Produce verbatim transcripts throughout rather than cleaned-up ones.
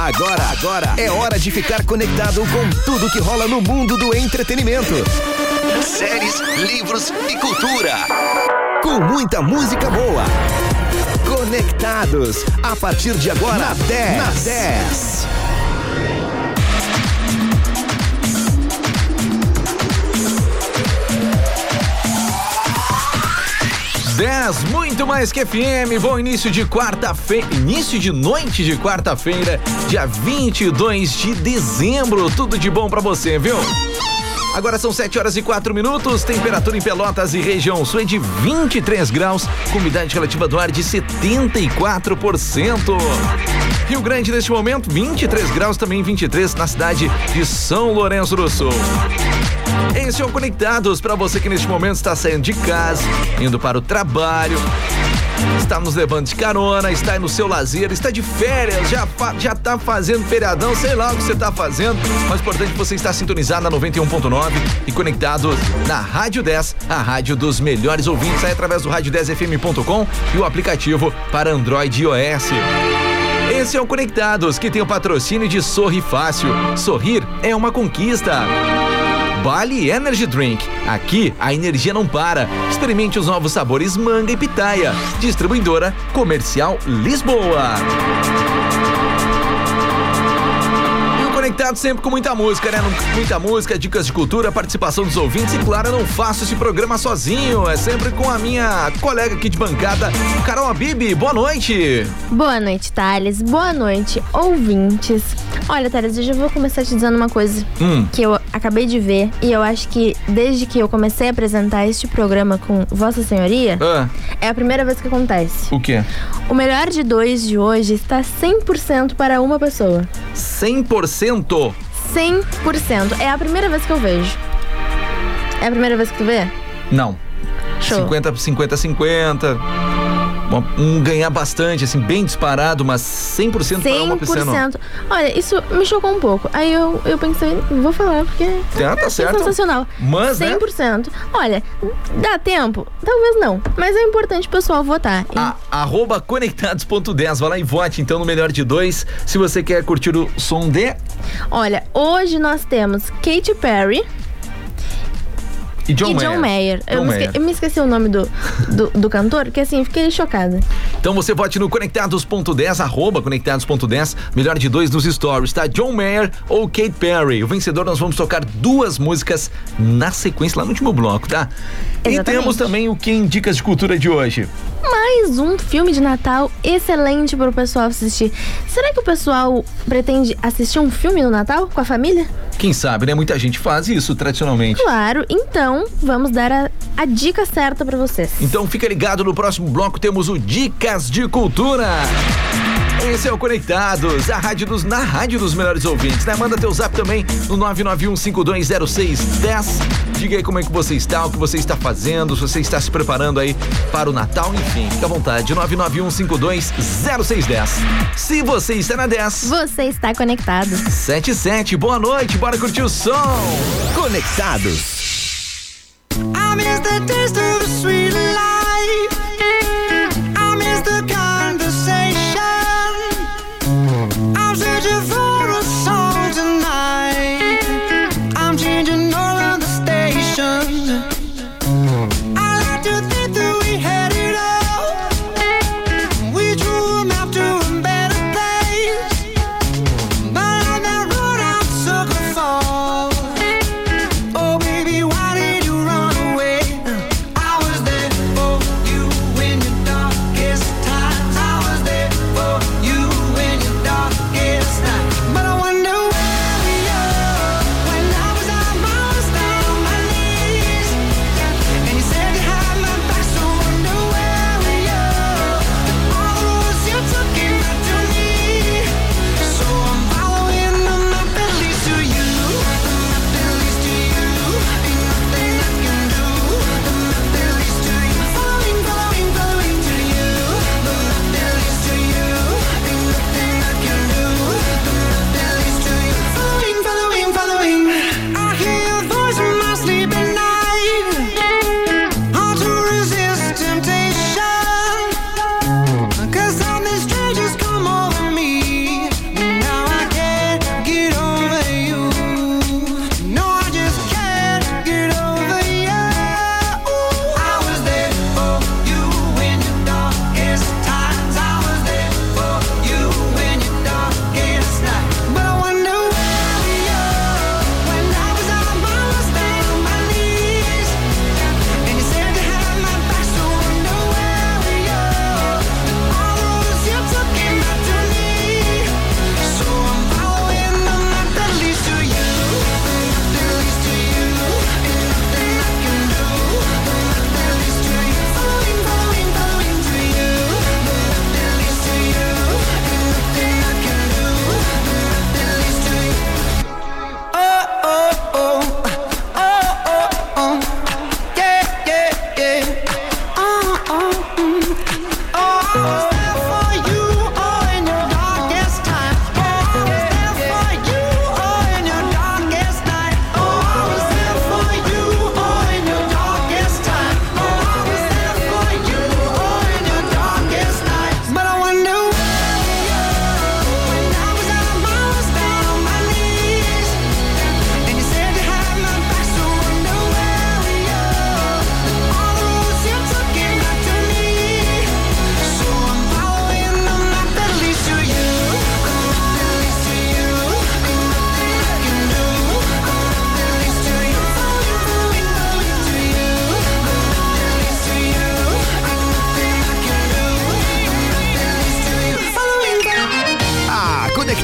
Agora, agora é hora de ficar conectado com tudo que rola no mundo do entretenimento. Séries, livros e cultura. Com muita música boa. Conectados, a partir de agora, na dez. Na dez. dez, muito mais que F M, bom início de quarta-feira, início de noite de quarta-feira, dia vinte e dois de dezembro, tudo de bom pra você, viu? Agora são sete horas e quatro minutos, temperatura em Pelotas e região sul é de vinte e três graus, com umidade relativa do ar de setenta e quatro por cento. Rio Grande neste momento, vinte e três graus, também vinte e três na cidade de São Lourenço do Sul. Esse é o Conectados, para você que neste momento está saindo de casa, indo para o trabalho, está nos levando de carona, está no seu lazer, está de férias, já, fa- já tá fazendo feriadão, sei lá o que você está fazendo, mas importante que você está sintonizado na noventa e um ponto nove e conectado na Rádio dez, a rádio dos melhores ouvintes, aí através do rádio dez f m ponto com e o aplicativo para Android e iOS. Esse é o Conectados, que tem o patrocínio de Sorri Fácil. Sorrir é uma conquista. Bali Energy Drink. Aqui a energia não para. Experimente os novos sabores manga e pitaia. Distribuidora Comercial Lisboa. Conectado sempre com muita música, né? Muita música, dicas de cultura, participação dos ouvintes e claro, eu não faço esse programa sozinho, é sempre com a minha colega aqui de bancada, Carol Abib. Boa noite. Boa noite, Thales. Boa noite, ouvintes. Olha, Thales, eu já vou começar te dizendo uma coisa hum. que eu acabei de ver e eu acho que desde que eu comecei a apresentar este programa com Vossa Senhoria, ah. é a primeira vez que acontece. O quê? O melhor de dois de hoje está cem por cento para uma pessoa. cem por cento? cem por cento. É a primeira vez que eu vejo. É a primeira vez que tu vê? Não. Show. cinquenta, cinquenta, cinquenta. Um ganhar bastante, assim, bem disparado, mas cem por cento para uma pessoa. cem por cento. Olha, isso me chocou um pouco. Aí eu, eu pensei, vou falar, porque tá, tá é certo. sensacional. Mas, cem por cento. Né? Olha, dá tempo? Talvez não. Mas é importante o pessoal votar. A, arroba conectados ponto dez. Vai lá e vote, então, no melhor de dois. Se você quer curtir o som de... Olha, hoje nós temos Katy Perry... E John, e John Mayer. John eu, me Mayer. Esque, eu me esqueci o nome do, do, do cantor, porque assim, fiquei chocada. Então você vote no conectados ponto dez, arroba conectados ponto dez, melhor de dois nos stories, tá? John Mayer ou Katy Perry. O vencedor, nós vamos tocar duas músicas na sequência, lá no último bloco, tá? Exatamente. E temos também o Quem Dicas de Cultura de hoje. Mais um filme de Natal excelente para o pessoal assistir. Será que o pessoal pretende assistir um filme no Natal com a família? Quem sabe, né? Muita gente faz isso tradicionalmente. Claro, então vamos dar a, a dica certa para vocês. Então fica ligado, no próximo bloco temos o Dicas de Cultura. Esse é o Conectados, a rádio dos, na rádio dos melhores ouvintes, né? Manda teu zap também no nove nove um cinco dois zero seis um zero. Diga aí como é que você está, o que você está fazendo, se você está se preparando aí para o Natal, enfim, fica à vontade, nove nove um cinco dois zero seis um zero. Se você está na dez, você está conectado. setenta e sete, boa noite, bora curtir o som. Conectados. I miss the taste of the sweet life. I miss the conversation. I'm searching for a song tonight. I'm changing all of the stations. I like to think that we had it all. We drew a map to a better place. But on that road I took a fall. Oh baby, why did you run away? I was there.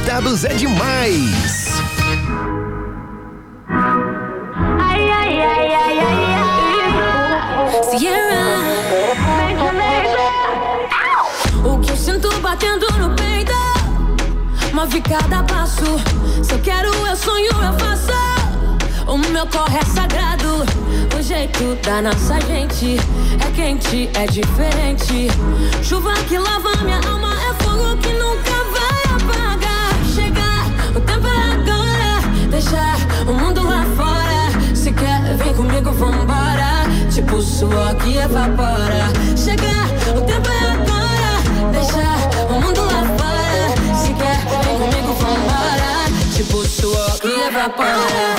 Conectados é demais. Ai, ai, ai, ai, ai, ai. Sierra. O que eu sinto batendo no peito, move cada passo. Se eu quero, eu sonho, eu faço. O meu corre é sagrado. O jeito da nossa gente é quente, é diferente. Chuva que lava minha alma, é fogo que nunca vai apagar. Chegar, o tempo é agora. Deixar o mundo lá fora. Se quer, vem comigo, vambora. Tipo suor que evapora. Chegar, o tempo é agora. Deixar o mundo lá fora. Se quer, vem comigo, vambora. Tipo suor que evapora.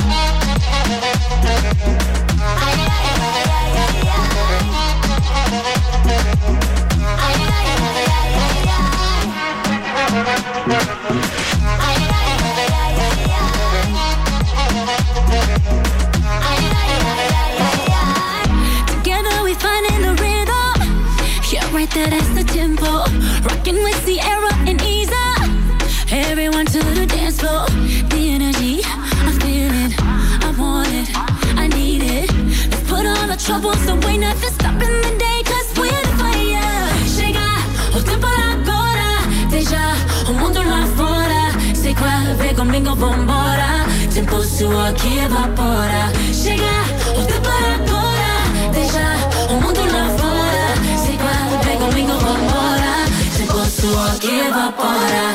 Together we finding the rhythm. Yeah, right there, that's the tempo. Rocking with Sierra and Isa. Everyone to the dance floor. The energy, I feel it, I want it, I need it. Let's put all the troubles away, nothing stopping the day, cause we're the fire. Chega, o tempo é agora. Deixa o mundo lá fora. Se quer, vem comigo, vambora. Tempo suor que evapora. Chega, o tempo é agora. Deixa o mundo lá fora. Se quer, vem comigo, vambora. Tempo suor que evapora.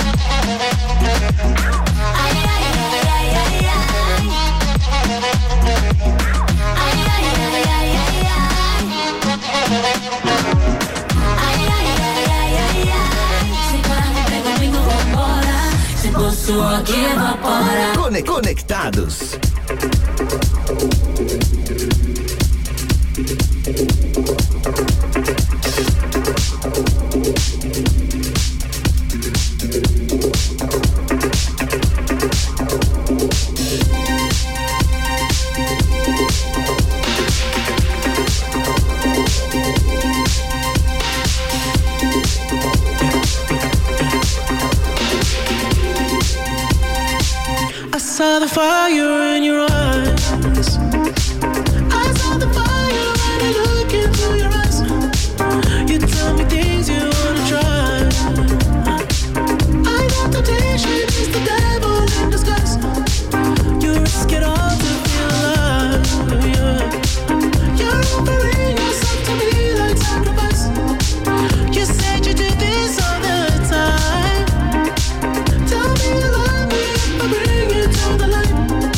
Suor que evapora. Cone- Conectados. I saw the fire in your eyes. I saw the fire when I look into your eyes. You tell me things you wanna try. I know temptation is the devil in disguise. You risk it all to feel alive, yeah. You're offering yourself to me like sacrifice. You said you do this all the time. Tell me you love me if I bring you to the light.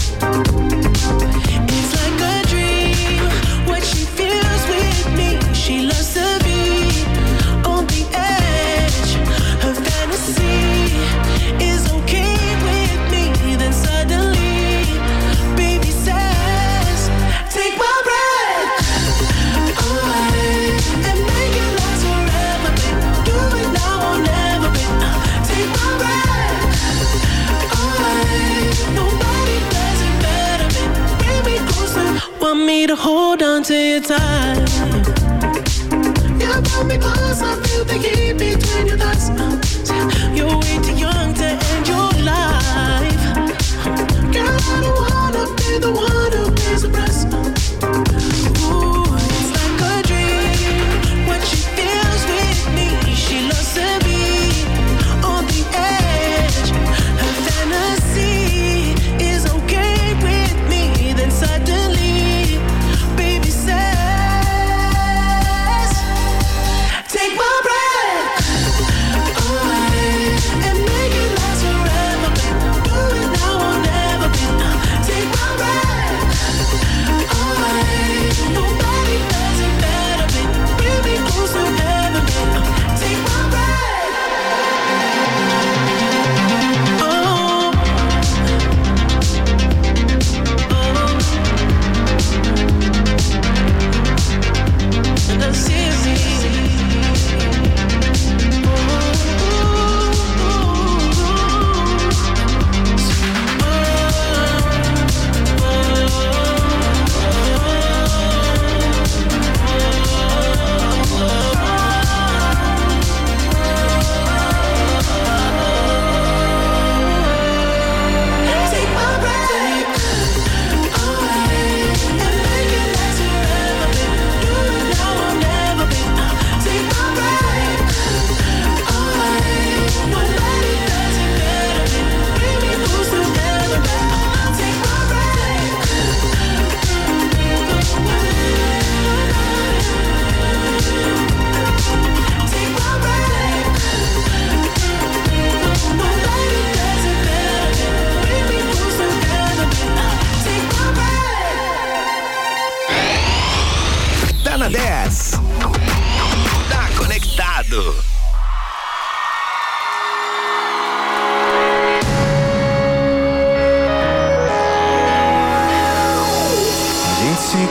It's like a dream, what she feels with me. She loves to be on the edge. Her fantasy is okay with me. Then suddenly, baby says, take my breath away and make it last forever, babe. Do it now or never, babe. Take my breath away. Nobody does it better, babe. Bring me closer. Want me to hold on to your time. You pull me close, I feel the heat between your thighs. You're way too young to end your life. Girl, I don't wanna be the one who pays the price. Ooh, it's like a dream, what she feels with me. She loves to be on the edge. Her fantasy is okay with me. Then suddenly, baby says, take my breath away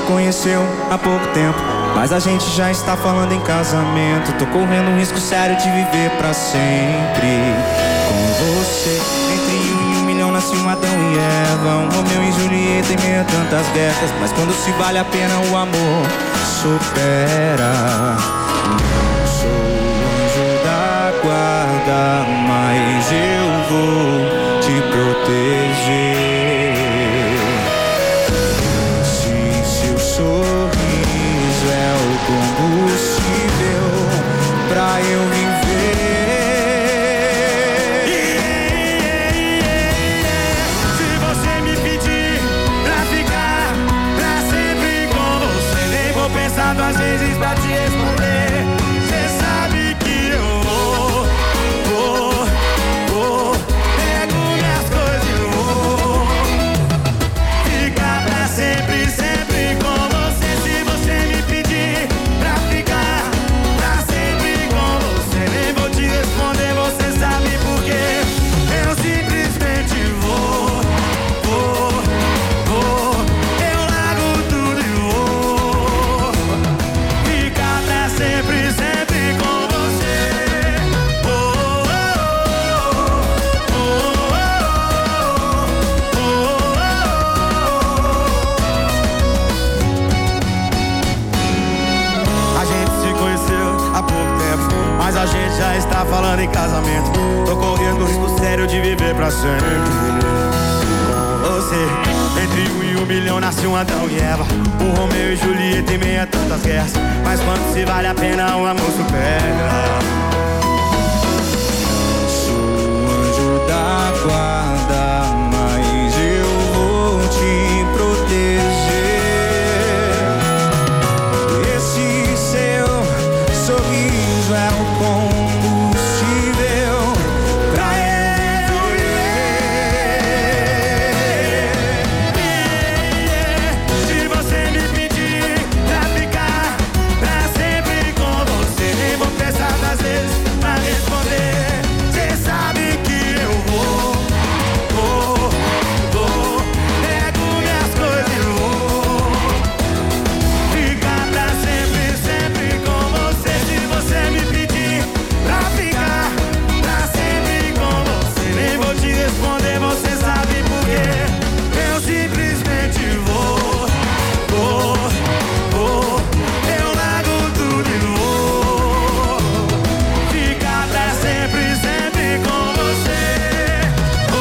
conheceu há pouco tempo, mas a gente já está falando em casamento. Tô correndo um risco sério de viver pra sempre com você. Entre um e um milhão nasce um Adão e Eva, um Romeu e Julieta em meio a tantas guerras. Mas quando se vale a pena o amor supera. Não sou anjo da guarda, mas eu vou te proteger. Sorriso é o combustível pra eu viver. Yeah, yeah, yeah. Se você me pedir pra ficar pra sempre com você, nem vou pensar duas vezes pra te responder. Cê sabe que eu vou, vou, vou, pego minhas coisas e vou ficar pra sempre, sempre com você. A gente já está falando em casamento. Tô correndo risco sério de viver pra sempre com você. Entre um e um milhão nasce um Adão e Eva, um Romeu e Julieta em meio a tantas guerras. Mas quando se vale a pena o amor supera. Sou anjo da guarda, mas eu vou te proteger. Esse seu sorriso é o combustível pra eu viver. Se você me pedir pra ficar pra sempre com você, nem vou pensar duas vezes pra responder. Cê sabe que eu vou, vou, vou, pego minhas coisas e vou ficar pra sempre, sempre com você. Se você me pedir pra ficar pra sempre com você, nem vou te responder, você sabe por quê. Eu simplesmente vou, vou, vou, eu largo tudo e vou ficar pra sempre, sempre com você. Oh,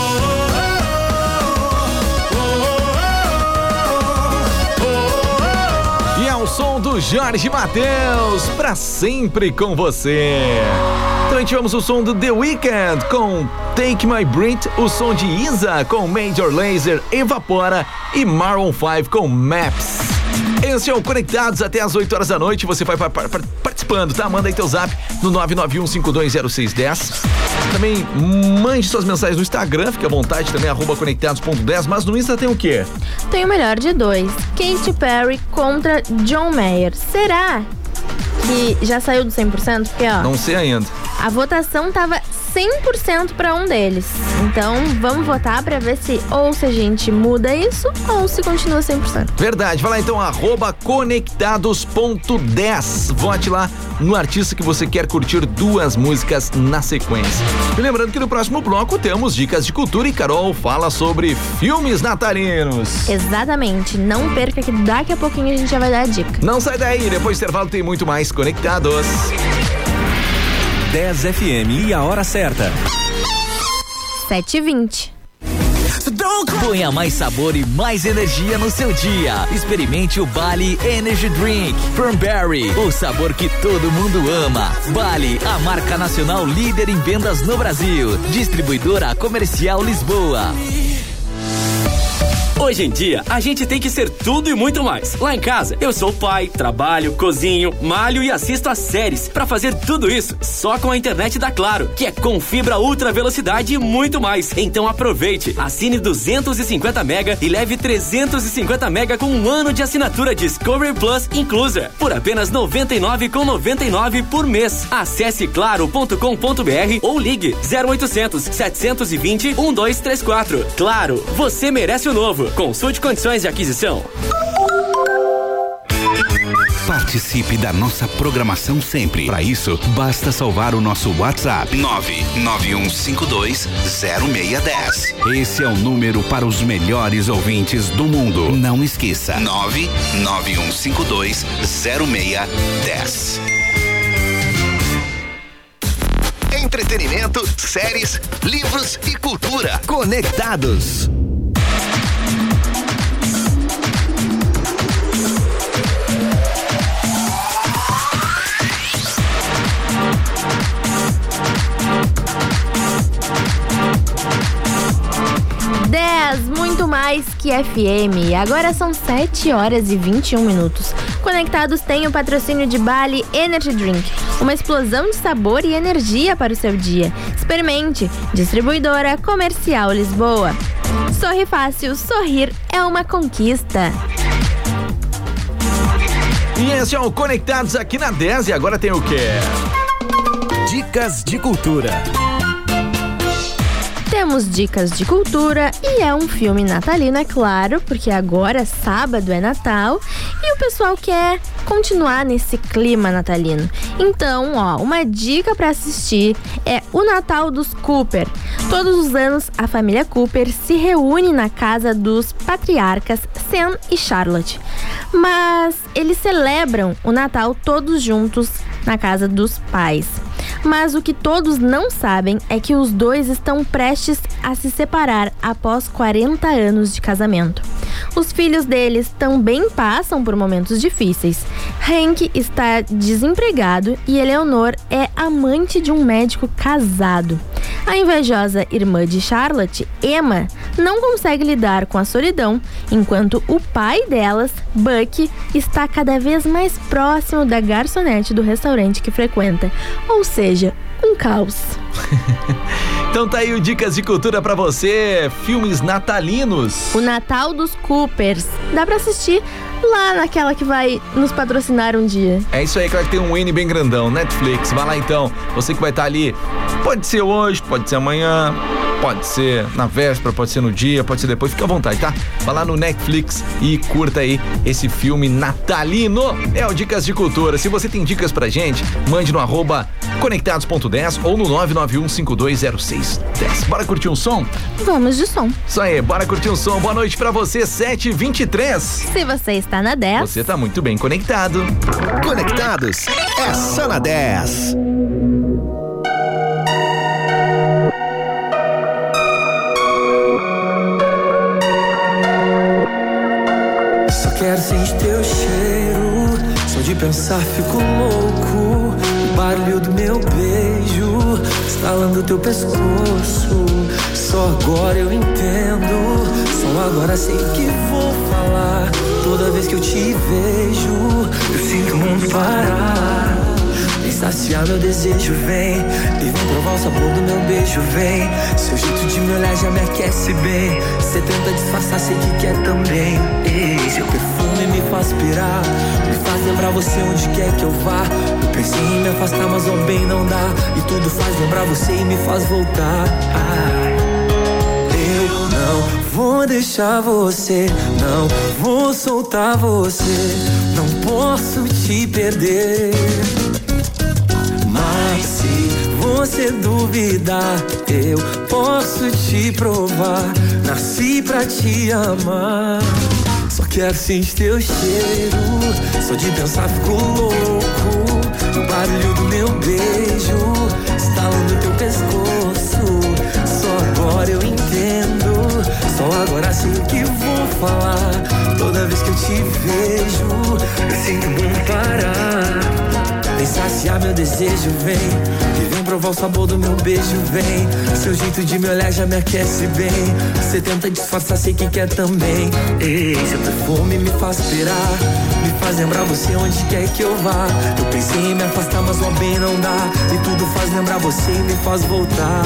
oh, oh, oh, oh. E ao som do Jorge Mateus, pra sempre com você. Também tivemos o som do The Weeknd com Take My Breath, o som de Isa com Major Lazer, Evapora e Maroon cinco com Maps. Esse é o Conectados até as oito horas da noite. Você vai par- par- participando, tá? Manda aí teu zap no nove nove um cinco dois zero seis um zero. Também mande suas mensagens no Instagram, fique à vontade também, arroba conectados ponto dez. Mas no Insta tem o quê? Tem o melhor de dois. Katy Perry contra John Mayer. Será que já saiu do cem por cento? Porque, ó, Não sei ainda. a votação tava cem por cento pra um deles. Então, vamos votar pra ver se ou se a gente muda isso ou se continua cem por cento. Verdade, vai lá então, arroba conectados ponto dez. Vote lá no artista que você quer curtir duas músicas na sequência. E lembrando que no próximo bloco temos dicas de cultura e Carol fala sobre filmes natalinos. Exatamente. Não perca que daqui a pouquinho a gente já vai dar a dica. Não sai daí, depois do intervalo tem muito mais Conectados. dez F M e a hora certa. sete e vinte. Ponha mais sabor e mais energia no seu dia. Experimente o Bali Energy Drink from Berry, o sabor que todo mundo ama. Bali, a marca nacional líder em vendas no Brasil. Distribuidora Comercial Lisboa. Hoje em dia, a gente tem que ser tudo e muito mais. Lá em casa, eu sou pai, trabalho, cozinho, malho e assisto a séries. Pra fazer tudo isso, só com a internet da Claro, que é com fibra ultra velocidade e muito mais. Então aproveite, assine duzentos e cinquenta mega e leve trezentos e cinquenta mega com um ano de assinatura Discovery Plus inclusa, por apenas noventa e nove reais e noventa e nove centavos por mês. Acesse claro ponto com ponto br ou ligue zero oitocentos, setecentos e vinte, doze trinta e quatro. Claro, você merece o novo. Consulte condições de aquisição. Participe da nossa programação sempre. Para isso, basta salvar o nosso WhatsApp nove nove um cinco dois zero seis um zero. Esse é o número para os melhores ouvintes do mundo. Não esqueça, nove nove um cinco dois zero seis um zero. Entretenimento, séries, livros e cultura. Conectados. dez, muito mais que F M. Agora são sete horas e vinte e um minutos. Conectados tem o patrocínio de Bali Energy Drink. Uma explosão de sabor e energia para o seu dia. Experimente. Distribuidora Comercial Lisboa. Sorri fácil, sorrir é uma conquista. E esse é o Conectados aqui na dez e agora tem o quê? Dicas de cultura. Temos dicas de cultura e é um filme natalino, é claro, porque agora, sábado, é Natal e o pessoal quer continuar nesse clima natalino. Então, ó, uma dica pra assistir é O Natal dos Cooper. Todos os anos, a família Cooper se reúne na casa dos patriarcas Sam e Charlotte. Mas eles celebram o Natal todos juntos na casa dos pais. Mas o que todos não sabem é que os dois estão prestes a se separar após quarenta anos de casamento. Os filhos deles também passam por momentos difíceis. Hank está desempregado e Eleanor é amante de um médico casado. A invejosa irmã de Charlotte, Emma, não consegue lidar com a solidão, enquanto o pai delas, Buck, está cada vez mais próximo da garçonete do restaurante que frequenta. Ou seja, um caos. Então tá aí o Dicas de Cultura pra você, filmes natalinos. O Natal dos Coopers. Dá pra assistir lá naquela que vai nos patrocinar um dia. É isso aí, que vai ter um N bem grandão, Netflix. Vai lá então, você que vai estar ali, pode ser hoje, pode ser amanhã, pode ser na véspera, pode ser no dia, pode ser depois, fica à vontade, tá? Vai lá no Netflix e curta aí esse filme natalino. É o Dicas de Cultura. Se você tem dicas pra gente, mande no arroba conectados ponto dez ou no nove nove um cinco dois zero seis um zero. Bora curtir um som? Vamos de som. Isso aí, bora curtir um som. Boa noite pra você, sete e vinte e três. Se você está na dez, você tá muito bem conectado. Conectados é só na dez. Só quero sentir teu cheiro, só de pensar fico louco. O barulho do meu beijo, estalando teu pescoço. Só agora eu entendo, só agora sei que vou falar. Toda vez que eu te vejo, eu sinto o mundo parar. Vem saciar meu desejo, vem. E vem provar o sabor do meu beijo, vem. Seu jeito de me olhar já me aquece bem. Cê tenta disfarçar, sei que quer também. Ei, seu perfume me faz pirar, me faz lembrar você onde quer que eu vá. Eu pensei em me afastar, mas ao bem não dá. E tudo faz lembrar você e me faz voltar. ah. Eu não vou deixar você, não vou soltar você. Não posso te perder. Mas se você duvidar, eu posso te provar. Nasci pra te amar. Só quero sentir teu cheiro, só de pensar fico louco. O barulho do meu beijo, estalando teu pescoço. Só agora eu entendo, só agora sei o que vou falar. Toda vez que eu te vejo, eu sinto bom parar. Vem saciar meu desejo, vem. E vem provar o sabor do meu beijo, vem. Seu jeito de me olhar já me aquece bem. Cê tenta disfarçar, sei que quer também. Ei, seu perfume me faz pirar, me faz lembrar você onde quer que eu vá. Eu pensei em me afastar, mas o bem não dá. E tudo faz lembrar você e me faz voltar.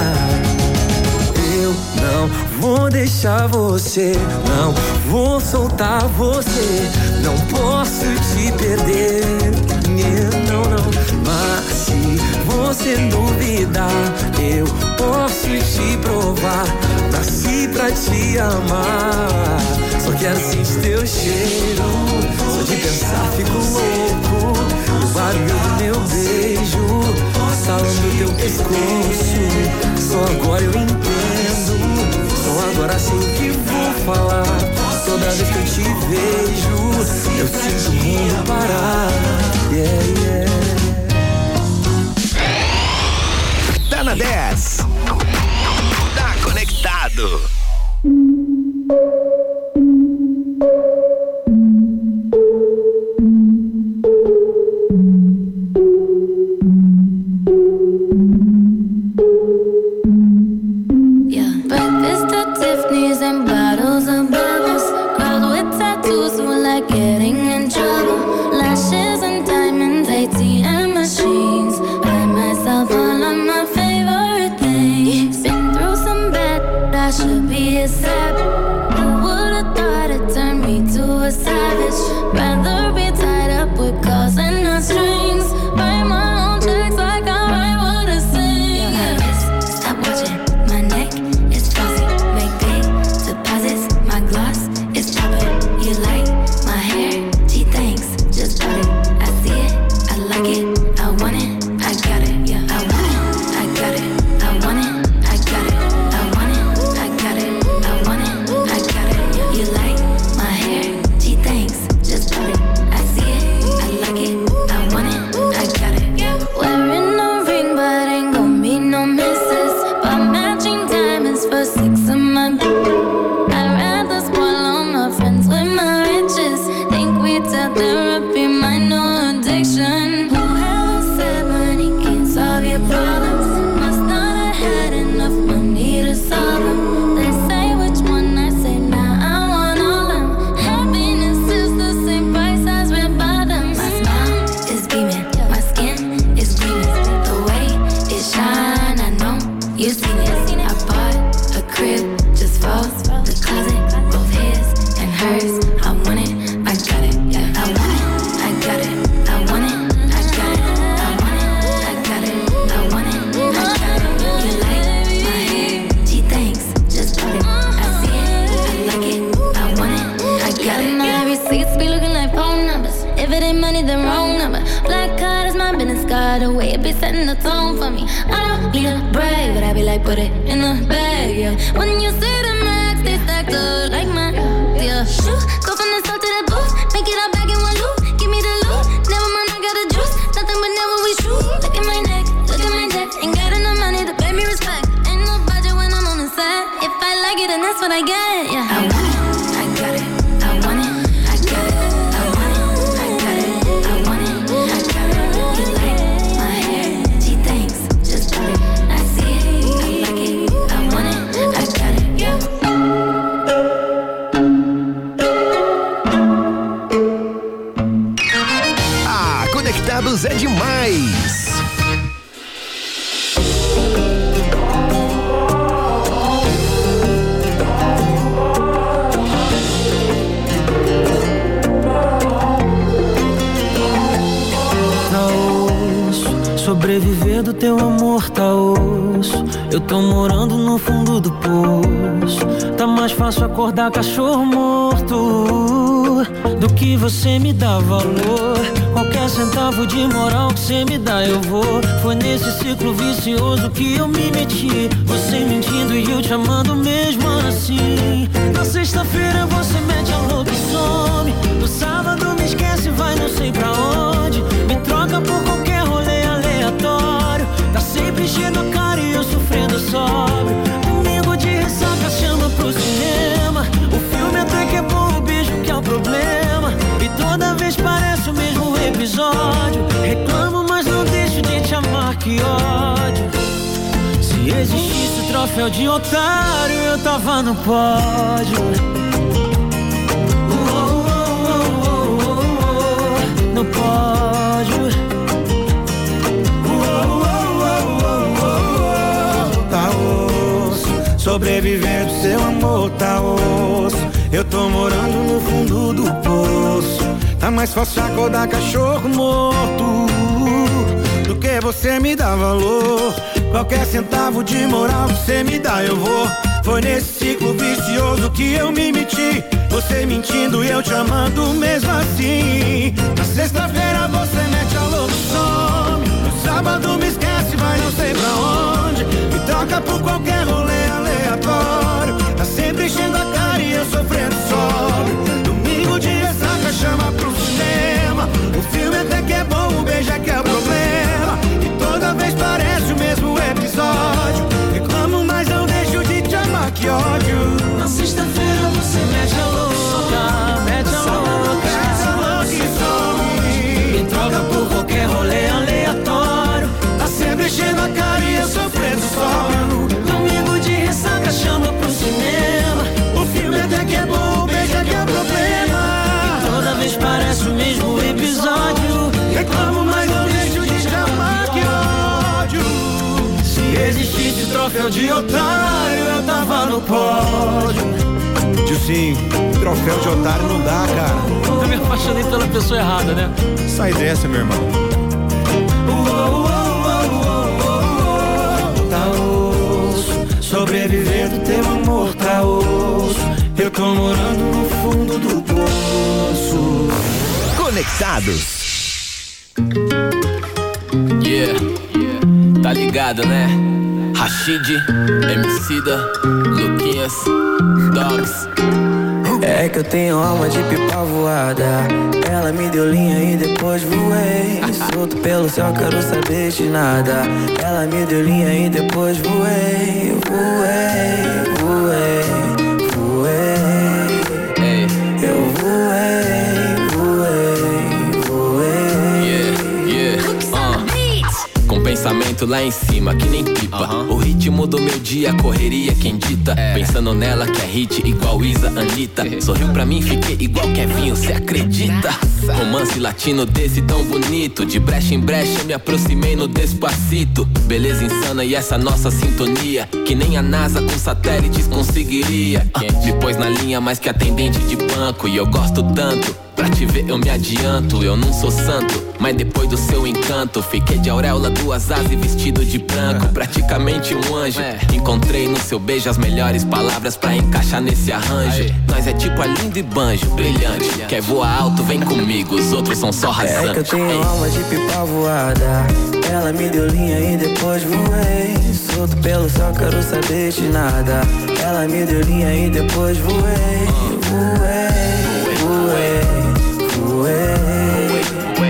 Eu não vou deixar você, não vou soltar você. Não posso te perder, não, não. Mas se você duvidar, eu posso te provar. Nasci pra te amar. Só quero sentir teu cheiro, só de pensar fico louco. O barulho do meu beijo, estalando teu pescoço. Só agora eu entendo, só agora sei o que vou falar. Toda vez que eu te vejo, eu sinto o mundo parar. Yeah, yeah. Tá na dez. Tá conectado. É demais. Tá osso, sobreviver do teu amor tá osso. Eu tô morando no fundo do poço. Tá mais fácil acordar cachorro morto do que você me dá valor. Qualquer centavo de moral que você me dá eu vou. Foi nesse ciclo vicioso que eu me meti. Você mentindo e eu te amando mesmo assim. Na sexta-feira você mete a louca e some. No sábado me esquece e vai não sei pra onde. Me troca por qualquer rolê aleatório. Tá sempre enchendo a cara e eu sofrendo sóbrio. Domingo de ressaca chama pro cinema. O filme até que é bom, o beijo que é o problema. E toda vez parece o mesmo episódio. Reclamo, mas não deixo de te amar, que ódio. Se existisse o troféu de otário, eu tava no pódio. Oh, oh, oh, oh, oh, no pódio. Oh, oh, oh, oh, oh, tá osso. Sobreviver do seu amor tá osso. Eu tô morando no fundo do poço. Tá mais fácil acordar cachorro morto do que você me dá valor. Qualquer centavo de moral que você me dá eu vou. Foi nesse ciclo vicioso que eu me meti. Você mentindo e eu te amando mesmo assim. Na sexta-feira você mete a louca, some. No sábado me esquece, vai não sei pra onde. Me troca por qualquer rolê aleatório. Tá sempre enchendo a cara e eu sofrendo sóbrio. Domingo de ressaca chama pro cinema. O filme até que é bom, o beijo é que é o problema. E toda vez parece o mesmo episódio. Reclamo, mas não deixo de te amar, que ódio. Na sexta-feira você mete a louca, mete a louca, mete a louca e some. Me troca por qualquer rolê aleatório. Tá sempre enchendo a cara e eu sofrendo sóbrio. Domingo de ressaca chama pro cinema. O filme até que é bom, o beijo é que é o problema. E toda vez parece o mesmo episódio. Reclamo, mas não deixo de te amar, que ódio. Se existisse troféu de otário, eu tava no pódio. Sim, troféu de otário não dá, cara. Eu me apaixonei pela pessoa errada, né? Sai dessa, meu irmão. Tá osso, sobreviver do teu amor tá osso. Eu tô morando no fundo do poço. Conectados. Yeah, yeah. Tá ligado, né? Rashid, Emicida, Luquinhas, Dogs. É que eu tenho alma de pipa voada. Ela me deu linha e depois voei. Solto pelo céu, quero saber de nada. Ela me deu linha e depois voei. Voei, voei, voei. Hey. Eu voei, voei, voei. Yeah, yeah, uh. Com pensamento lá em cima, que nem pipa. Uh-huh. O ritmo do meu dia, correria quem dita. É. Pensando nela que é hit igual Isa, Anitta. Sorriu pra mim, fiquei igual Kevinho, cê acredita? Romance latino desse tão bonito. De brecha em brecha me aproximei no Despacito. Beleza insana e essa nossa sintonia, que nem a NASA com satélites conseguiria. uh, Me pôs na linha mais que atendente de banco. E eu gosto tanto, pra te ver eu me adianto. Eu não sou santo, mas depois do seu encanto fiquei de auréola, duas asas e vestido de branco. Praticamente um anjo. Encontrei no seu beijo as melhores palavras pra encaixar nesse arranjo. Nós é tipo a lindo e banjo, brilhante. Quer voar alto, vem comigo, os outros são só rasantes. É que eu tenho alma de pipa voada. Ela me deu linha e depois voei. Solto pelo céu, quero saber de nada. Ela me deu linha e depois voei. Voei, voei, voei.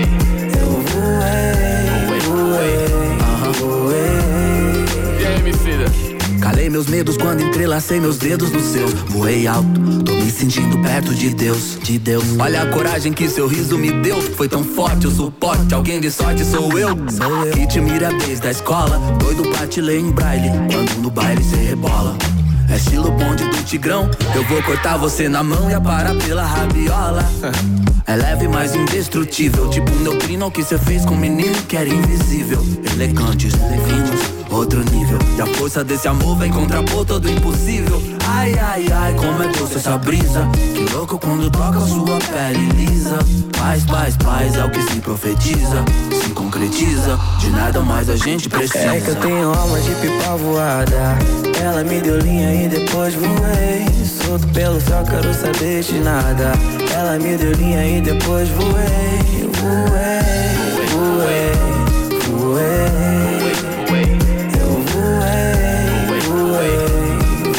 Eu voei, voei, voei. E aí, Emicida? Calei meus medos quando entrelacei meus dedos no seu. Voei alto, tô me sentindo perto de Deus, de Deus. Olha a coragem que seu riso me deu. Foi tão forte o suporte, alguém de sorte sou eu. Sou eu. Que te mira desde a escola, doido pra te ler em braille. Quando no baile cê rebola. É estilo bonde do Tigrão. Eu vou cortar você na mão e aparar pela rabiola. É leve, mas indestrutível. Tipo um neutrino que cê fez com um menino que era invisível. Elegantes, finos, outro nível. E a força desse amor vem contrapor todo impossível. Ai, ai, ai, como é doce essa brisa. Que louco quando toca sua pele lisa. Paz, paz, paz é o que se profetiza. Se concretiza, de nada mais a gente precisa. É que eu tenho alma de pipa voada. Ela me deu linha e depois voei. Solto pelo céu, quero saber de nada. Ela me deu linha e depois voei. Voei, voei, voei. Eu voei, voei,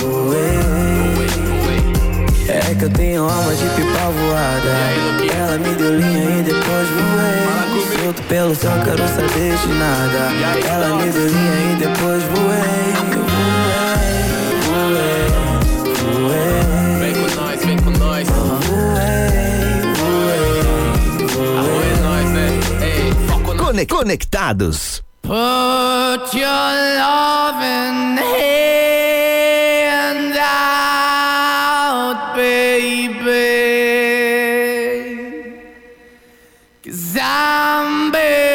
voei. É que eu tenho alma de pipa voada. Ela me deu linha e depois voei. Solto pelo céu, quero saber de nada. Ela me deu linha e depois voei. Vem com nós, vem com nós. Amor é nós, né? Ei, foco no... Conec- Conectados. Put your loving hand out, baby, 'cause I'm begging.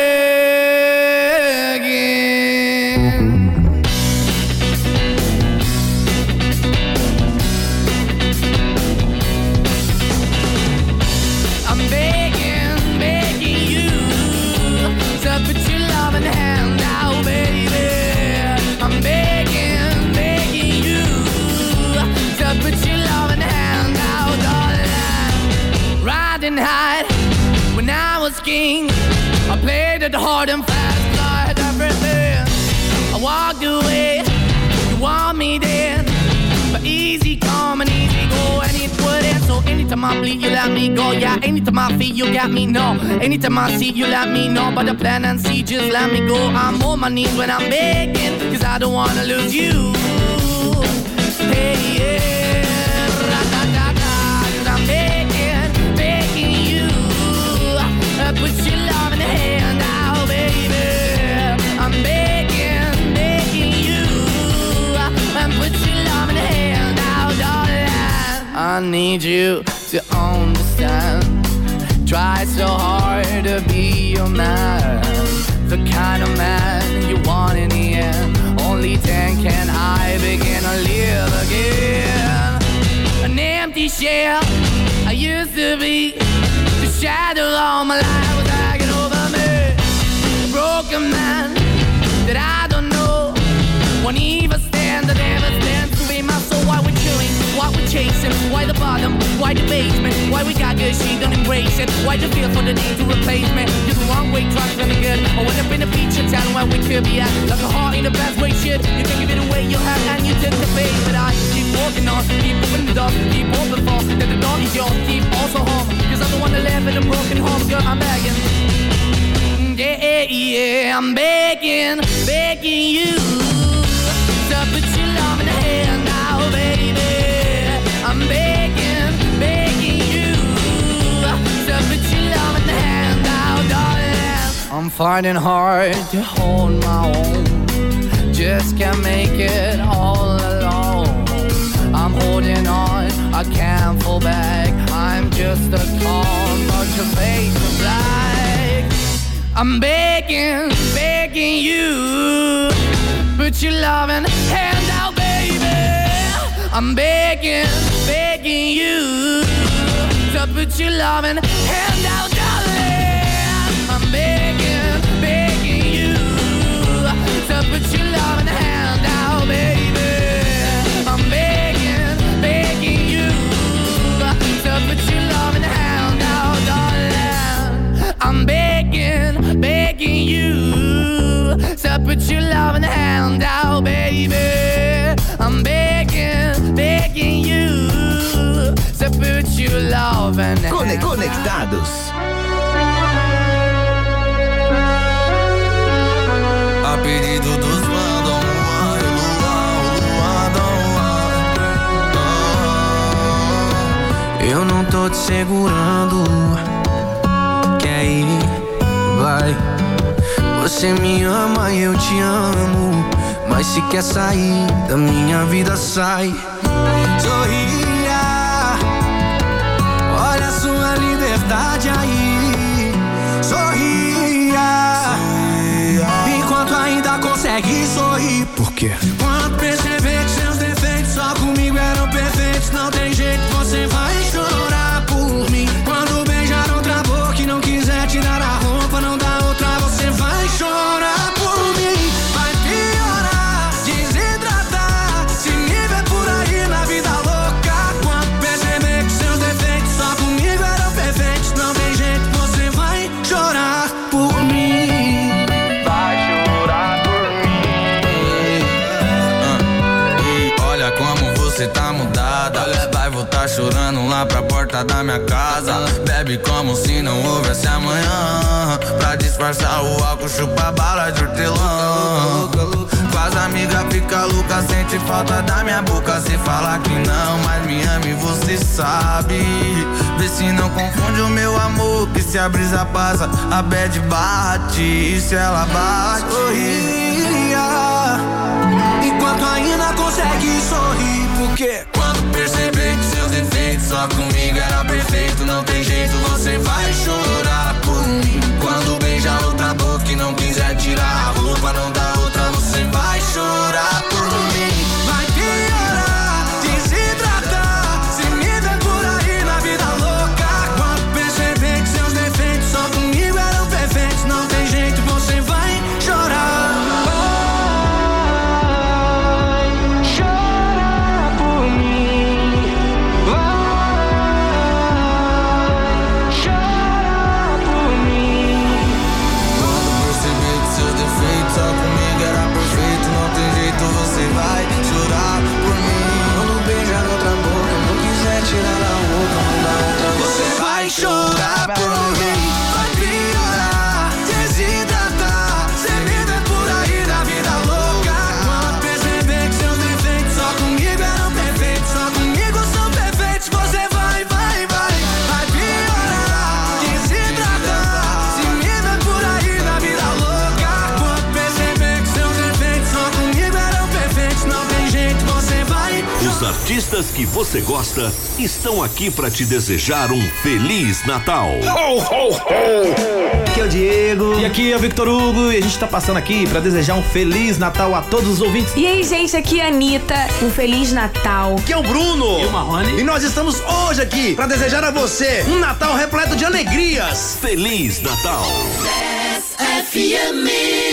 I'm begging, begging you to put your loving hand out, baby. hard and fast, 'cause I had everything. I walked away, you want me then, but easy come and easy go, and it wouldn't. So anytime I bleed, you let me go. Yeah, anytime I feel, you got me, no. Anytime I see, you let me know. But the plan and see, just let me go. I'm on my knees when I'm begging, 'cause I don't wanna lose you. Hey, yeah, ra-da-da-da, 'cause I'm begging, begging you. Uh, put your love in the hand now, baby. I'm begging, begging you. Uh, and put your love in the hand now, darling. I need you to understand. Try so hard to be your man, the kind of man you want in the end. Only then can I begin to live again. An empty shell I used to be, the shadow all my life was hanging over me. A broken man that I don't know, won't even stand, that never stands to be my soul. Why we're chewing, why we're chasing, why the bottom, why the basement, why we got good, she don't embrace it, why the feel for the need to replace me. You're the wrong way, trying to be good. I went up in a feature town where we could be at, like a heart in the best way, shit. You can give it away, you have, and you take the bait. But I keep walking on, keep opening the door, keep open for, that the door is yours, keep also home, 'cause I'm the one that live in a broken home, girl, I'm begging. Yeah, yeah, I'm begging, begging you to put your love in the hand now, baby. I'm begging, begging you to put your love in the hand now, darling. I'm finding hard to hold my own, just can't make it all alone. I'm holding on, I can't fall back, I'm just a call, but your face is black. I'm begging, begging you, put your loving hand out, baby. I'm begging, begging you, to put your loving hand out, darling. I'm begging, begging you, to put your loving hand out, baby. I'm begging, begging you, to put your loving hand out, darling. I'm begging, begging you, to put your loving hand out, baby. I'm begging, begging you, to put your loving hand Cone- Conectados. A pedido dos fãs, Dom Juan, Luan, Luan, Dom Juan. Eu não tô te segurando, quer ir, vai. Você me ama e eu te amo, mas se quer sair da minha vida, sai. Sorria, olha a sua liberdade aí. Sorria, enquanto ainda consegue sorrir. Por quê? Quando perceber que seus defeitos só comigo eram perfeitos, não tem jeito, você vai chorar por mim. Quando beijar outra boca e não quiser tirar a roupa, não dá outra, você vai chorar por mim. Vai piorar, desidratar, se me ver por aí na vida louca. Quando perceber que seus defeitos só comigo eram perfeitos, não tem jeito, você vai chorar por mim. Vai chorar por mim. uh, Olha como você tá mudada, vai voltar chorando lá pra porta da minha casa. Bebe como se não houvesse amanhã, pra disfarçar o álcool, chupa bala de hortelã. Faz amiga, fica louca, sente falta da minha boca. Se falar que não, mas me ama e você sabe. Vê se não confunde o meu amor, que se a brisa passa, a bad bate. E se ela bate, sorria, enquanto ainda consegue sorrir. Porque quando perceber que seus defeitos só comigo era perfeito, não tem jeito, você vai chorar por mim. Quando beijar outra boca e não quiser tirar a roupa, não dá outra, você vai chorar por mim. Vai piorar, desidratar, se me ver por aí na vida louca. Quando perceber que seus defeitos só comigo eram perfeitos, não tem jeito, você vai chorar. Os artistas que você gosta estão aqui para te desejar um Feliz Natal. Ho, ho, ho. Aqui é o Diego. E aqui é o Victor Hugo. E a gente tá passando aqui para desejar um Feliz Natal a todos os ouvintes. E aí, gente, aqui é a Anitta. Um Feliz Natal. Aqui é o Bruno. E o Marrone. E nós estamos hoje aqui para desejar a você um Natal repleto de alegrias. Feliz Natal. F M.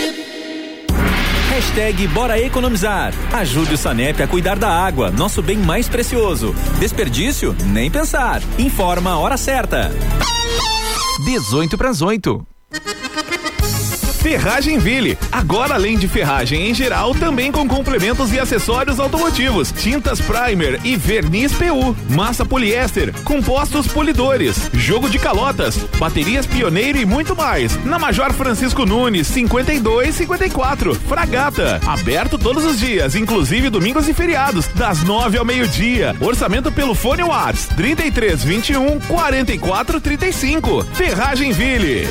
Hashtag Bora Economizar. Ajude o Sanep a cuidar da água, nosso bem mais precioso. Desperdício? Nem pensar. Informa a hora certa. dezoito para as oito. Ferragem Ville. Agora, além de ferragem em geral, também com complementos e acessórios automotivos, tintas primer e verniz P U, massa poliéster, compostos polidores, jogo de calotas, baterias Pioneiro e muito mais. Na Major Francisco Nunes, cinquenta e dois cinquenta e quatro, Fragata. Aberto todos os dias, inclusive domingos e feriados, das nove ao meio-dia. Orçamento pelo fone Whats, trinta e três, vinte e um, quarenta e quatro, trinta e cinco. Ferragem Ville.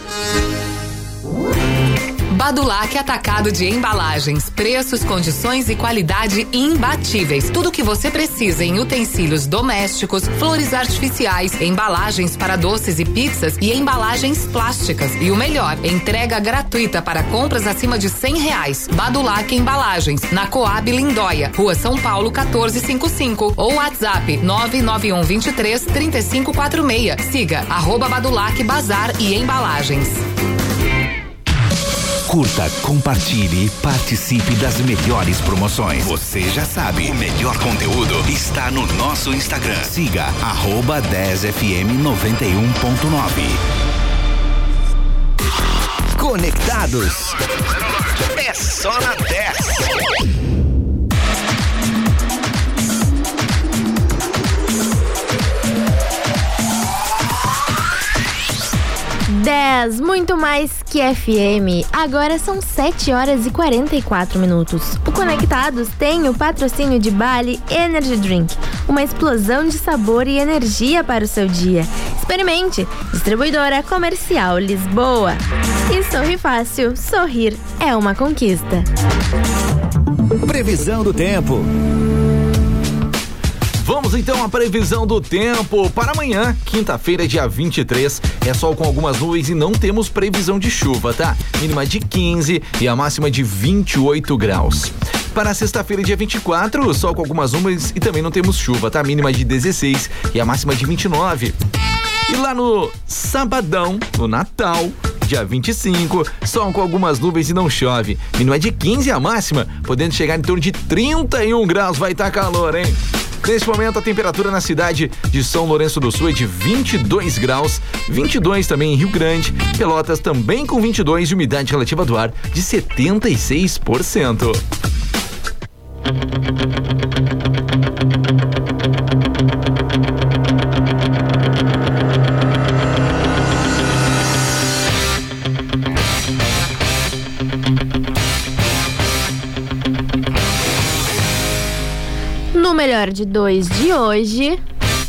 Badulac Atacado de Embalagens. Preços, condições e qualidade imbatíveis. Tudo o que você precisa em utensílios domésticos, flores artificiais, embalagens para doces e pizzas e embalagens plásticas. E o melhor, entrega gratuita para compras acima de cem reais. Badulac Embalagens, na Coab Lindóia, Rua São Paulo quatorze cinquenta e cinco ou WhatsApp nove nove um, vinte e três, trinta e cinco quarenta e seis. Siga arroba Badulac Bazar e Embalagens. Curta, compartilhe e participe das melhores promoções. Você já sabe, o melhor conteúdo está no nosso Instagram. Siga arroba dez F M noventa e um ponto nove. Conectados. É só na dez. dez, muito mais que F M. Agora são sete horas e quarenta e quatro minutos. O Conectados tem o patrocínio de Bali Energy Drink, uma explosão de sabor e energia para o seu dia. Experimente. Distribuidora Comercial Lisboa. E Sorri Fácil. Sorrir é uma conquista. Previsão do tempo. Vamos então à previsão do tempo para amanhã, quinta-feira, dia vinte e três. É sol com algumas nuvens e não temos previsão de chuva, tá? Mínima de quinze e a máxima de vinte e oito graus. Para sexta-feira, dia vinte e quatro, sol com algumas nuvens e também não temos chuva, tá? Mínima de dezesseis e a máxima de vinte e nove. E lá no sabadão, no Natal, dia vinte e cinco, sol com algumas nuvens e não chove. Mínima de quinze e a máxima, podendo chegar em torno de trinta e um graus. Vai estar calor, hein? Neste momento, a temperatura na cidade de São Lourenço do Sul é de vinte e dois graus, vinte e dois também em Rio Grande, Pelotas também com vinte e dois e umidade relativa do ar de setenta e seis por cento. No melhor de dois de hoje,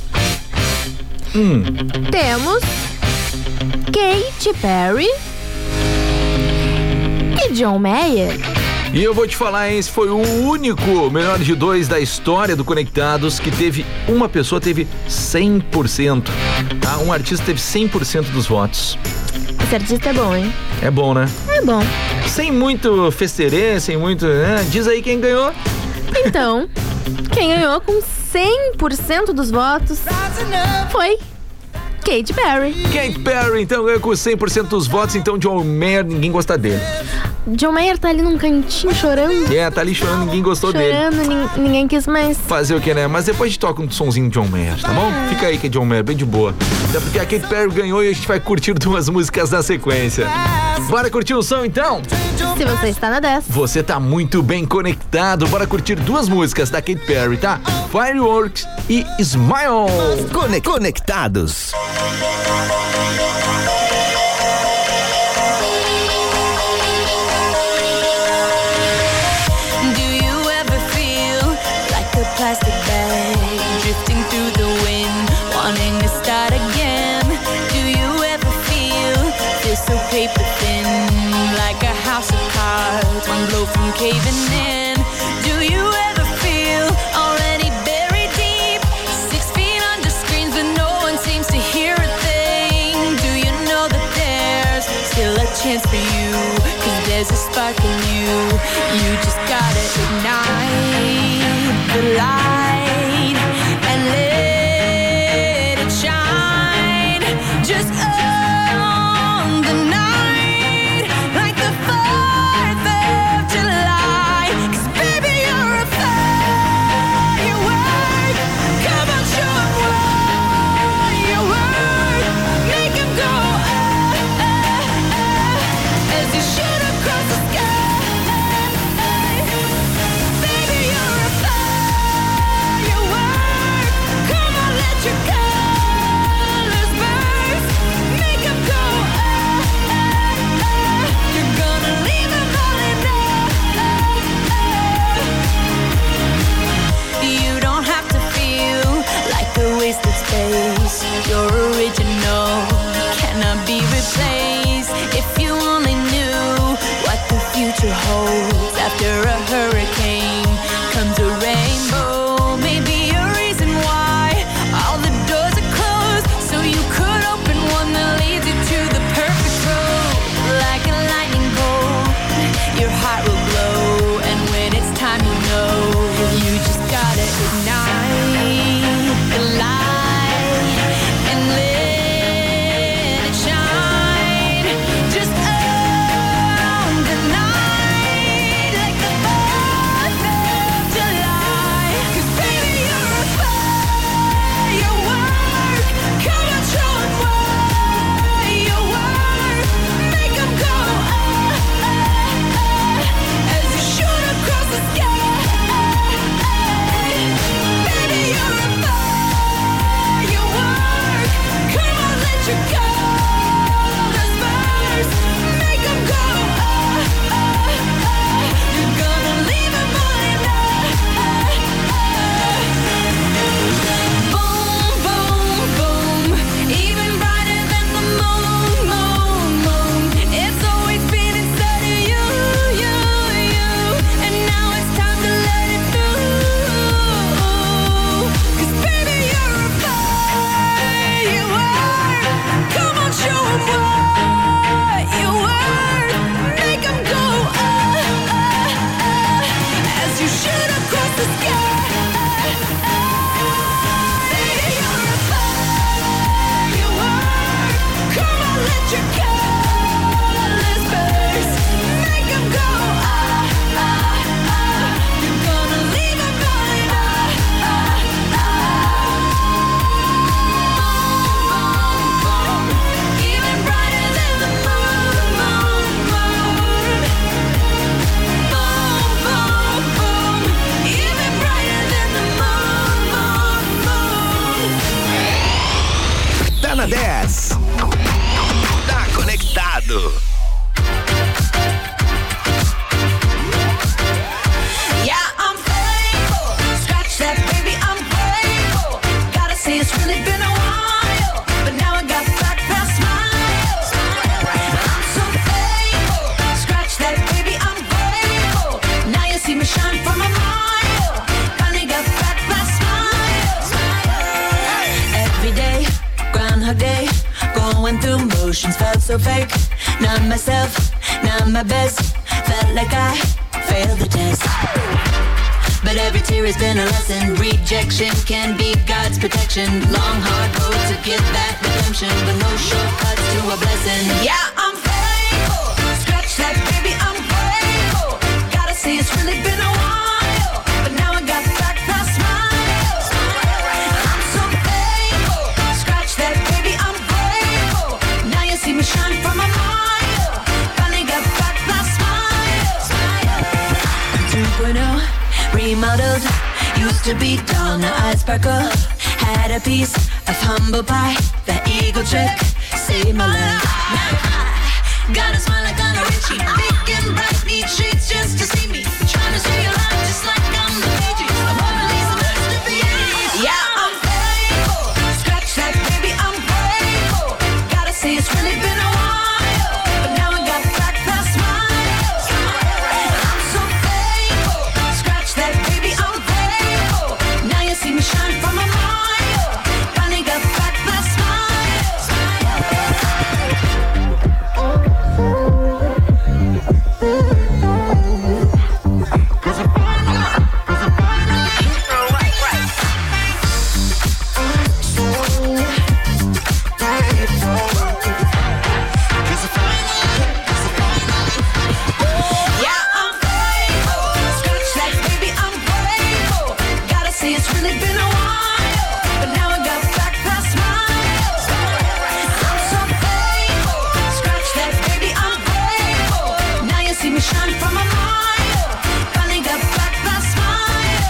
hum. temos Katy Perry e John Mayer. E eu vou te falar, esse foi o único melhor de dois da história do Conectados que teve, uma pessoa teve cem por cento, tá? Um artista teve cem por cento dos votos. Esse artista é bom, hein? É bom, né? É bom. Sem muito festerê, sem muito, né? Diz aí quem ganhou. Então, quem ganhou com cem por cento dos votos foi Katy Perry. Katy Perry, então, ganhou com cem por cento dos votos. Então, John Mayer, ninguém gosta dele. John Mayer tá ali num cantinho chorando. É, tá ali chorando, ninguém gostou chorando, dele. Chorando, ninguém quis mais. Fazer o que, né? Mas depois a gente toca um sonzinho de John Mayer, tá bom? Fica aí que é John Mayer, bem de boa. Até porque a Katy Perry ganhou e a gente vai curtir duas músicas na sequência. Bora curtir o som, então? Se você está na dez. Você tá muito bem conectado. Bora curtir duas músicas da Katy Perry, tá? Fireworks e Smile. Conec- Conectados. Plastic bag drifting through the wind, wanting to start again. Do you ever feel this so paper thin, like a house of cards, one blow from caving in? Do you ever feel already dance for you, 'cause there's a spark in you. You just gotta ignite the light and let it shine. Just on the night, like the fourth of July. 'Cause baby, you're a firework. Come on, show 'em what you work. Make 'em go ah, ah, ah, as you shoot across the sky. Baby, you're a firework. Come on, let your colors burst. Make 'em go ah, ah, ah. You're gonna leave 'em all in love. You don't have to feel like a wasted space. You're original, cannot be replaced. If you only knew what the future holds. After a hurricane comes a rainbow. Maybe a reason why all the doors are closed, so you could open one that leads you to the perfect road. Like a lightning bolt, your heart will glow, and when it's time, you know you just gotta ignite the light and let it shine. Just on the night, like the fourth of July. 'Cause baby, you're a firework. Come on, show 'em what you work. Make 'em go ah, ah, ah, as you shoot across the sky. Baby, you're a firework. Come on, let your colors burst. Make 'em go ah, ah, ah. You're gonna leave 'em all in love. Boom, boom, boom. Even brighter than the moon, moon, moon. It's always been inside of you, you, you. And now it's time to let it through. 'Cause baby, you're a firework. Come on, show 'em what you work. Make 'em go ah, ah, ah, as you shoot across the sky. Baby, you're a firework. Come on, let your colors burst. Make 'em go ah, ah, ah. You're gonna leave 'em all in love. Even brighter than the moon, moon, moon. Boom, boom, boom. Even brighter than the moon, moon, moon. Tá na dez. Tá conectado. Yeah, I'm faithful. Scratch that, baby, I'm grateful. Gotta say it's really been a while, but now I got back that smile. I'm so faithful. Scratch that, baby, I'm grateful. Now you see me shine from a mile. Finally got back that smile. Every day, Groundhog Day, going through motions, felt so fake. Not myself, not my best. Felt like I failed the test. But every tear has been a lesson. Rejection can be God's protection. Long, hard road to get that redemption, but no shortcuts to a blessing. Yeah, I'm faithful. Scratch that, baby, I'm grateful. Gotta say it's really been a while, but now I got back that smile. I'm so faithful. Scratch that, baby, I'm grateful. Now you see me shine from a mile. Finally got back that smile. two point oh, remodeled. Used to be dull, now I sparkle. Had a piece of humble pie. That eagle trick saved my life. Now I got a smile like Anna Richie. Big and bright, need shades just to see me. Trying to stay alive just like I'm the Fiji. I'm Mona Lisa, masterpiece. Yeah, I'm faithful. Scratch that, baby, I'm grateful. Gotta say it's really been a while, but now I got back that smile. I'm so faithful. Scratch that, baby, I'm grateful. Now you see me shine from a mile. Finally got back that smile. it's really been a while, but now I got back that smile. I'm so faithful, scratch that baby, I'm grateful. Now you see me shine from a mile, finally got back that smile.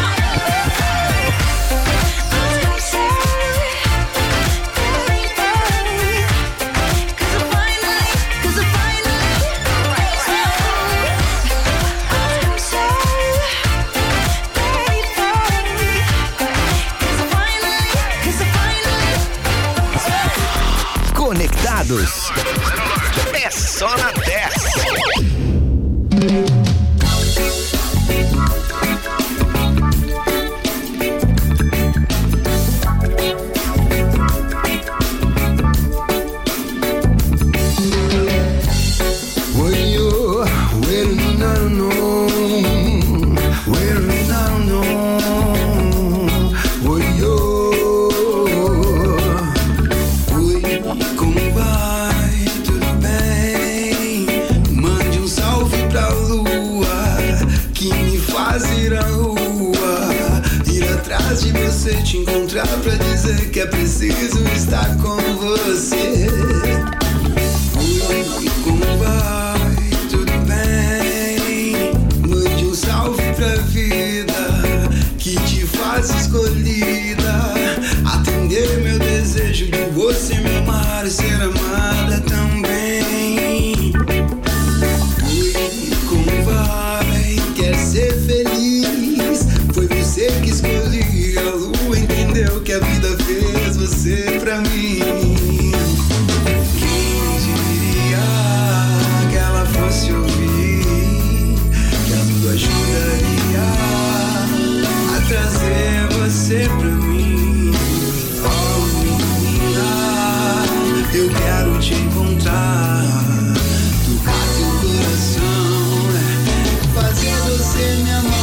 Conectados. É só na dez. De você te encontrar pra dizer que é preciso estar com você. Oi, como vai? Tudo bem? Mande um salve pra vida que te faz escolhida. Atender meu desejo de você me amar e ser amada também. Oi, como vai? Quer ser feliz? Foi você que escolheu. A lua entendeu que a vida fez você pra mim. Quem diria que ela fosse ouvir, que a lua ajudaria a trazer você pra mim. Oh menina, eu quero te encontrar, tocar teu coração, fazer você me amar.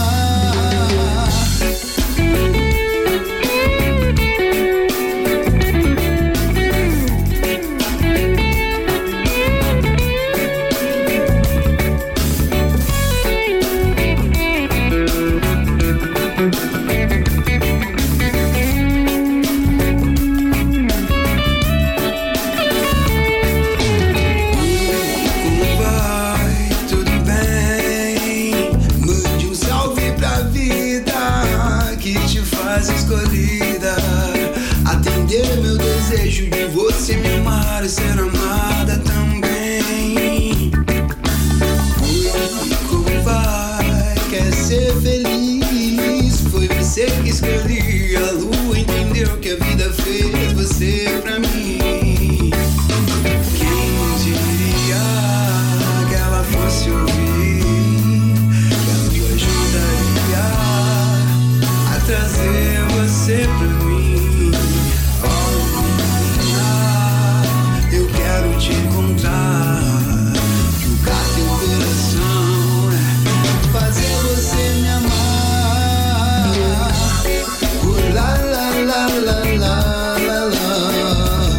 Escolhida, atender meu desejo de você me amar e ser amada também. Oi, como vai? Quer ser feliz? Foi você que escolhi. A lua entendeu que a vida fez você pra mim. Quem diria que ela fosse ouvir, que a lua ajudaria a trazer você pra mim. Oh menina, eu quero te encontrar, tocar teu coração, fazer você me amar. Oh, lá, lá, lá, lá, lá, lá, lá.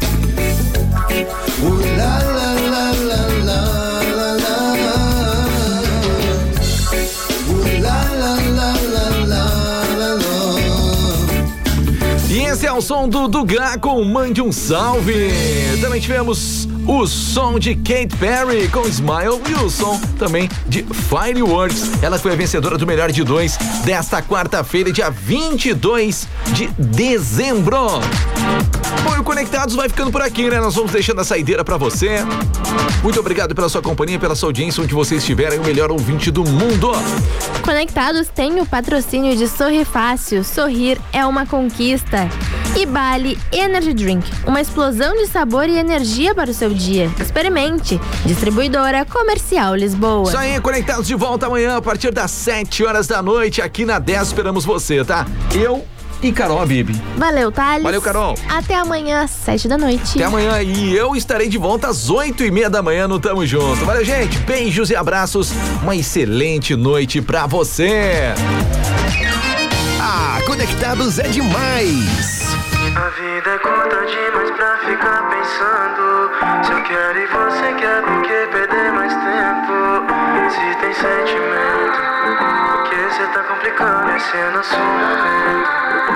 Oh, lá, lá, lá, lá, lá, lá, lá. Oh, lá, lá, lá, lá, lá, lá. E esse é o som do Dugá com Mande um Salve. Também tivemos o som de Katy Perry com Smile e o som também de Fireworks. Ela foi a vencedora do Melhor de Dois desta quarta-feira, dia vinte e dois de dezembro. Bom, e o Conectados vai ficando por aqui, né? Nós vamos deixando a saideira pra você. Muito obrigado pela sua companhia, pela sua audiência, onde vocês estiverem, o melhor ouvinte do mundo. Conectados tem o patrocínio de Sorri Fácil. Sorrir é uma conquista. E Bali Energy Drink, uma explosão de sabor e energia para o seu dia. Experimente. Distribuidora Comercial Lisboa. Isso aí, Conectados de volta amanhã a partir das sete horas da noite aqui na dez. Esperamos você, tá? Eu e Carol Bibi. Valeu, Thales. Valeu, Carol. Até amanhã às sete da noite. Até amanhã e eu estarei de volta às oito e meia da manhã no Tamo Junto. Valeu, gente. Beijos e abraços. Uma excelente noite pra você. Ah, Conectados é demais. A vida é curta demais pra ficar pensando se eu quero e você quer, por que perder mais tempo? Se tem sentimento, porque cê tá complicando esse é nosso momento.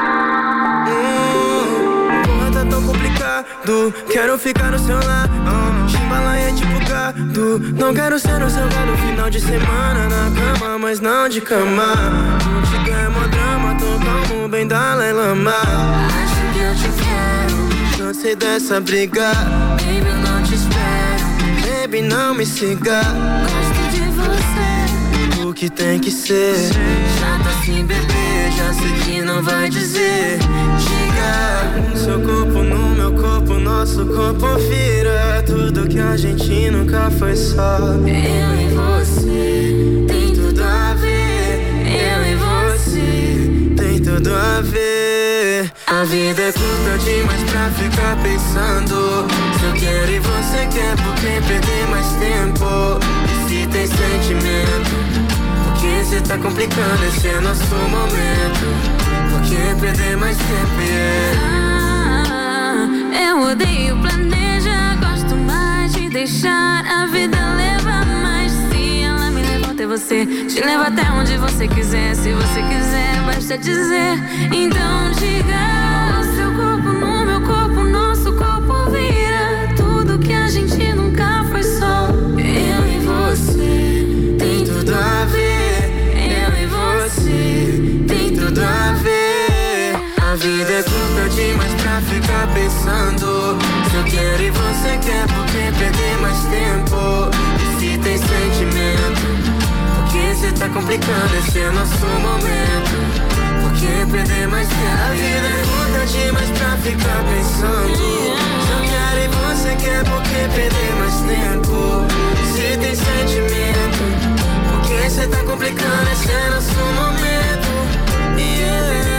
Hum, porra, tá tão complicado. Quero ficar no seu lado. Chimbalaia é tipo gado. Não quero ser no seu gado final de semana na cama, mas não de cama. Contigo é mó drama, tô calmo, bem Dalai Lama. Acho que eu te quero, cansei dessa briga. Baby, eu não te espero, baby, não me siga. Gosto de você, o que tem que ser. Já tá assim, bebê, já sei que não vai dizer. Diga, seu corpo no meu corpo, nosso corpo vira. Tudo que a gente nunca foi só. Eu e você, tem tudo a ver. Eu e você, tem tudo a ver. A vida é curta demais pra ficar pensando. Se eu quero e você quer, por que perder mais tempo? E se tem sentimento, porque cê tá complicando, esse é nosso momento. Por que perder mais tempo, yeah? Ah, eu odeio planejar, gosto mais de deixar a vida levar. Mas se ela me leva até você, te leva até onde você quiser. Se você quiser, basta dizer. Então diga, o seu corpo no meu corpo, nosso corpo vira. Tudo que a gente nunca foi só. Eu e você, tem tudo a ver. Eu e você, tem tudo a ver. A vida é curta demais pra ficar pensando. Se eu quero e você quer, por que perder mais tempo? E se tem sentimento, porque cê tá complicando, esse é nosso momento. Por que perder mais tempo? A vida é curta demais pra ficar pensando. Se eu quero e você quer, por que perder mais tempo? Se tem sentimento, porque cê tá complicando, esse é nosso momento. Yeah.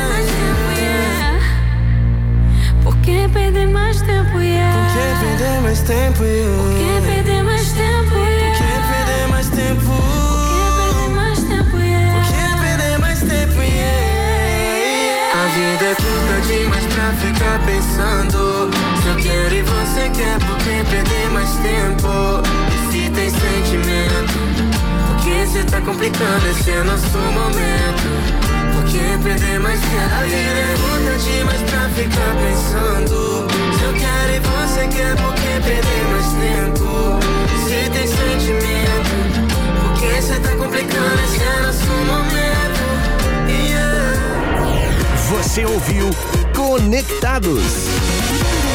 Por que perder mais tempo, yeah? Por que perder mais tempo, yeah? Por que perder mais tempo, yeah? Por que perder mais tempo? Por que perder mais tempo, yeah? Por que perder mais tempo, yeah? A vida é curta demais pra ficar pensando. Se eu quero e você quer, por que perder mais tempo? E se tem sentimento, porque cê tá complicando, esse é nosso momento. Por que perder mais tempo? A vida é curta demais pra ficar pensando. Se eu quero e você quer, por que perder mais tempo? Se tem sentimento, porque cê tá complicando, esse é nosso momento. Yeah. Você ouviu Conectados.